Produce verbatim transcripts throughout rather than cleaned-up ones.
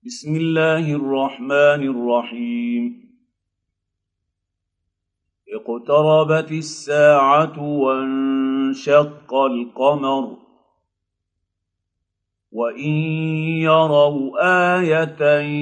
بسم الله الرحمن الرحيم. اقتربت الساعة وانشق القمر وإن يروا آية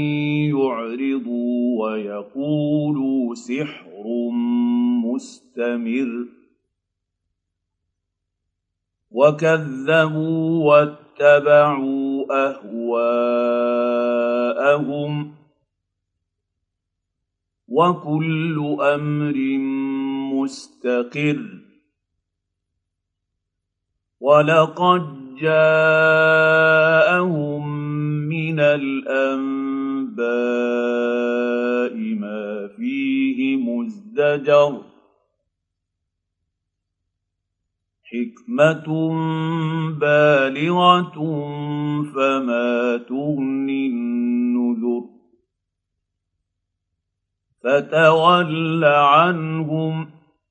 يعرضوا ويقولوا سحر مستمر وكذبوا واتبعوا أهواءهم وكل أمر مستقر ولقد جاءهم من الأنباء ما فيه مزدجر حكمة بالغة فما تغني النذر فتول عنهم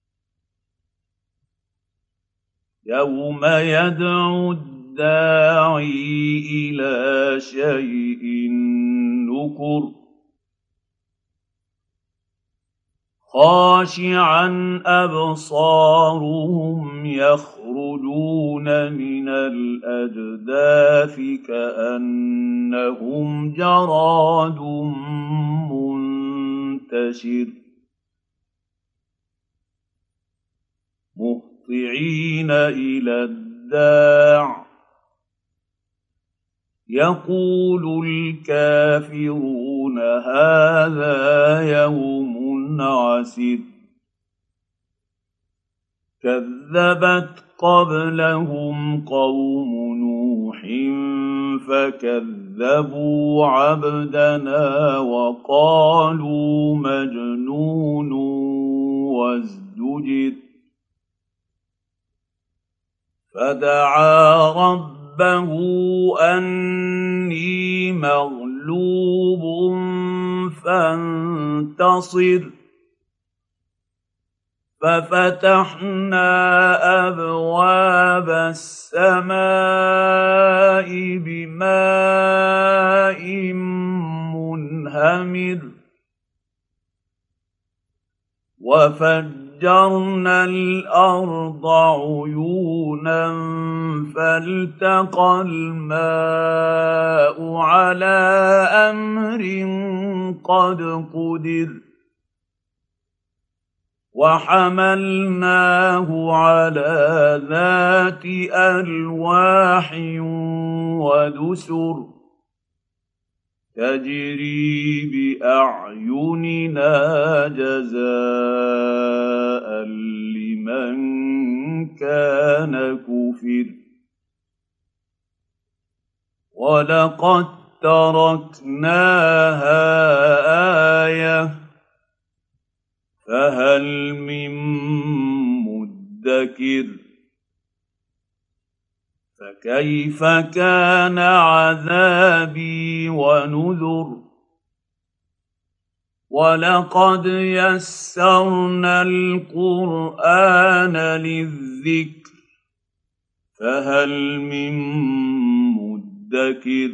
يوم يدعو الداعي إلى شيء نكر خاشعا أبصارهم يخرجون من الأجداث كأنهم جراد منتشر مهطعين إلى الداع يقول الكافرون هذا يوم عسر كذبت قبلهم قوم نوح فكذبوا عبدنا وقالوا مجنون وازدجر فدعا ربه أني مغلوب فانتصر ففتحنا أبواب السماء بماء منهمر وفجرنا الأرض عيونا فالتقى الماء على أمر قد قدر وحملناه على ذات ألواح ودسر تجري بأعيننا جزاء لمن كان كفر ولقد تركناها آية فهل من مدكر فكيف كان عذابي ونذر ولقد يسرنا القرآن للذكر فهل من مدكر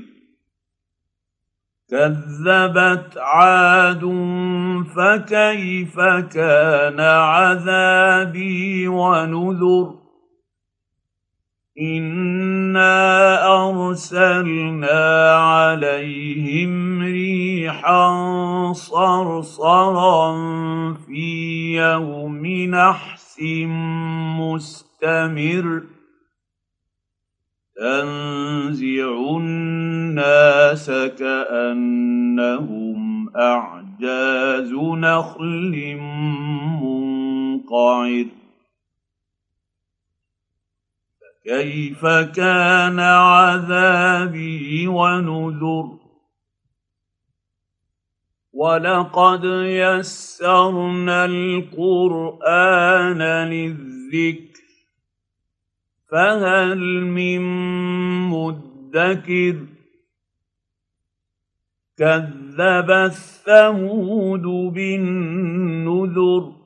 كذبت عاد فكيف كان عذابي ونذر إنا أرسلنا عليهم ريحا صرصرا في يوم نحس مستمر تنزع الناس كأنهم أعجاز نخل منقعر فكيف كان عذابي ونذر ولقد يسرنا القرآن للذكر فهل من مدكر كذب الثمود بالنذر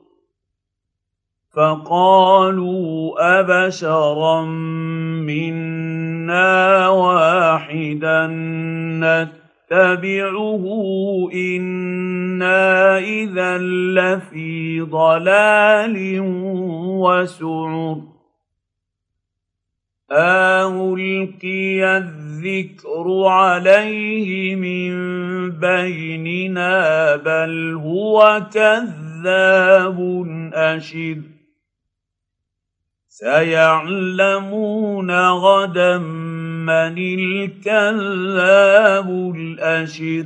فقالوا أبشرا منا واحدا نتبعه إنا إذا لفي ضلال وسعر أَأُلْقِيَ الذِّكْرُ عَلَيْهِ مِن بَيْنِنَا بَلْ هُوَ كَذَّابٌ أَشِرٌ سَيَعْلَمُونَ غَدًا مَّنِ الْكَذَّابُ الْأَشِرُ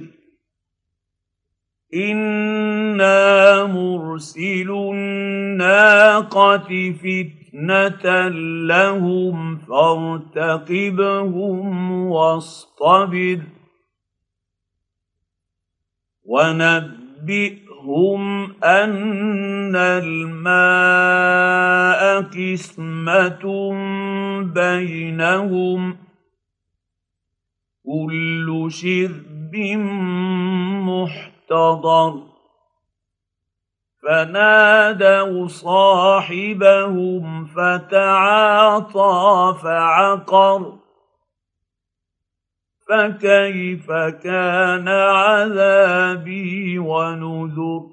إِنَّا مُرْسِلُو النَّاقَةِ فِتْنَةً لَّهُمْ فَارْتَقِبْهُمْ وَاصْطَبِرْ وَنَبِّئْهُمْ أَنَّ الْمَاءَ قِسْمَةٌ بَيْنَهُمْ كُلُّ شِرْبٍ مُّحْتَضَرٌ فَنَادَوْا صَاحِبَهُمْ فَتَعَاطَىٰ فَعَقَرَ فَكَيْفَ كَانَ عَذَابِي وَنُذُرِ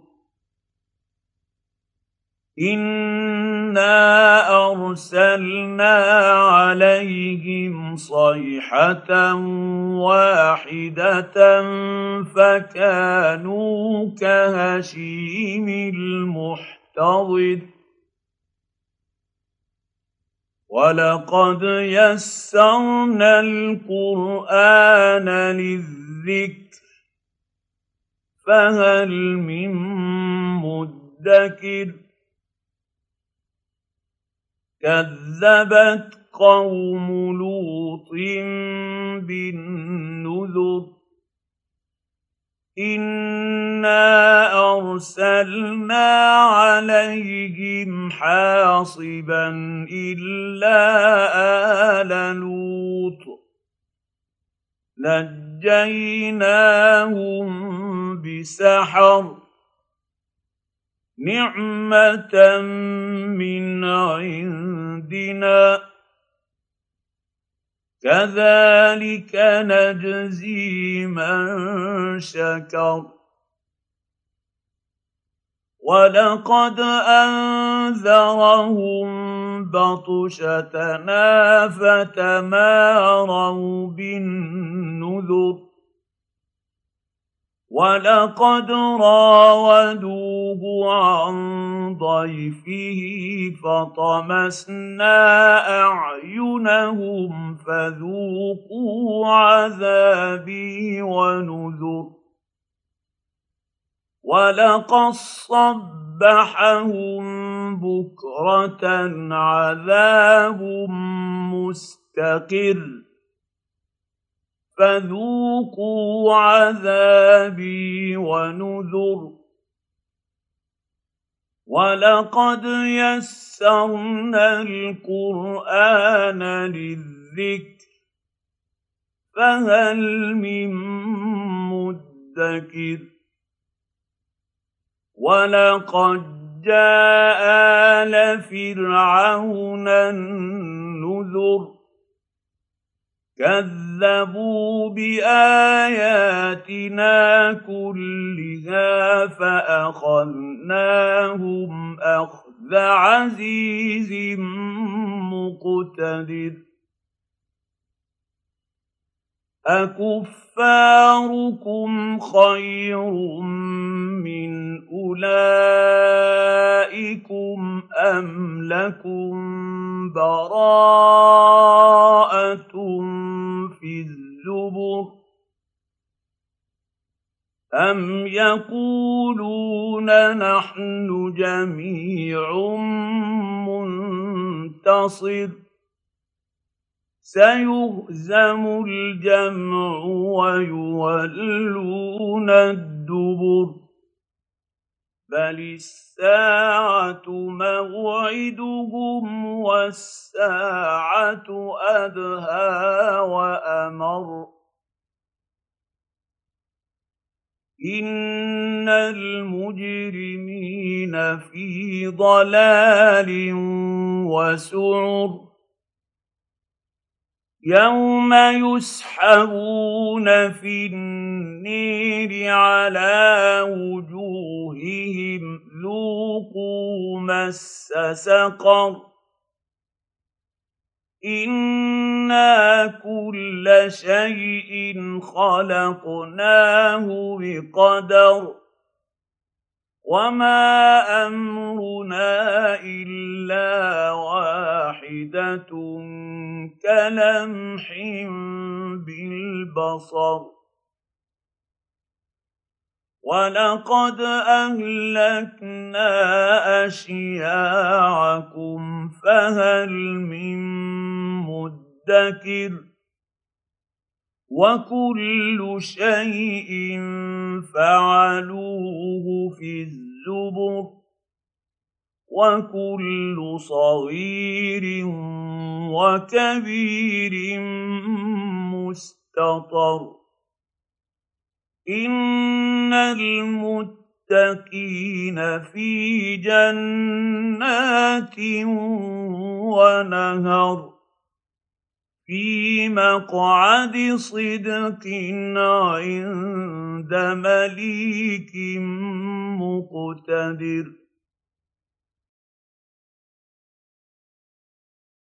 إِنَّا أَرْسَلْنَا عَلَيْهِمْ صَيْحَةً وَاحِدَةً فَكَانُوا كَهَشِيمِ الْمُحْتَظِرِ وَلَقَدْ يَسَّرْنَا الْقُرْآنَ لِلذِّكْرِ فَهَلْ مِن مُّدَّكِرٍ كَذَّبَتْ قَوْمُ لُوطٍ بِالنُّذُرِ إِنَّا أَرْسَلْنَا عَلَيْهِمْ حَاصِبًا إِلَّا آلَ لُوطٍ نَجَّيْنَاهُم بِسَحَرٍ نِعْمَةً مِّنْ عِندِنَا كَذَٰلِكَ نَجْزِي مَن شَكَرَ وَلَقَدْ أَنذَرَهُم بَطْشَتَنَا فَتَمَارَوْا بِالنُّذُرِ وَلَقَدْ رَاوَدُوهُ عَن ضَيْفِهِ فَطَمَسْنَا أَعْيُنَهُمْ فَذُوقُوا عَذَابِي وَنُذُرِ وَلَقَدْ صَبَّحَهُم بُكْرَةً عَذَابٌ مُّسْتَقِرٌّ فَذُوقُوا عَذَابِي وَنُذُرِ وَلَقَدْ يَسَّرْنَا الْقُرْآنَ لِلذِّكْرِ فَهَلْ مِن مُّدَّكِرٍ وَلَقَدْ جَاءَ آلَ فِرْعَوْنَ النُّذُرُ كَذَّبُوا بِآيَاتِنَا كُلِّهَا فَأَخَذْنَاهُمْ أَخْذَ عَزِيزٍ مُّقْتَدِرٍ أَكُفَّارُكُمْ خَيْرٌ مِّنْ أُولَٰئِكُمْ أَمْ لَكُمْ بَرَاءَةٌ فِي الزُّبُرِ أَمْ يَقُولُونَ نَحْنُ جَمِيعٌ مُّنتَصِرٌ سَيُهْزَمُ الْجَمْعُ وَيُوَلُّونَ الدُّبُرَ بَلِ السَّاعَةُ مَوْعِدُهُمْ وَالسَّاعَةُ أَدْهَىٰ وَأَمَرُّ إِنَّ الْمُجْرِمِينَ فِي ضَلَالٍ وَسُعُرٍ يوم يسحبون في النير على وجوههم ذوقوا مس سقر إنا كل شيء خلقناه بقدر وما أمرنا إلا واحدة كلمح بالبصر ولقد أهلكنا أشياعكم فهل من مدكر وكل شيء فعلوه في الزبر وكل صغير وكبير مستطر إن المتقين في جنات ونهر في مقعد صدق عند مليك مقتدر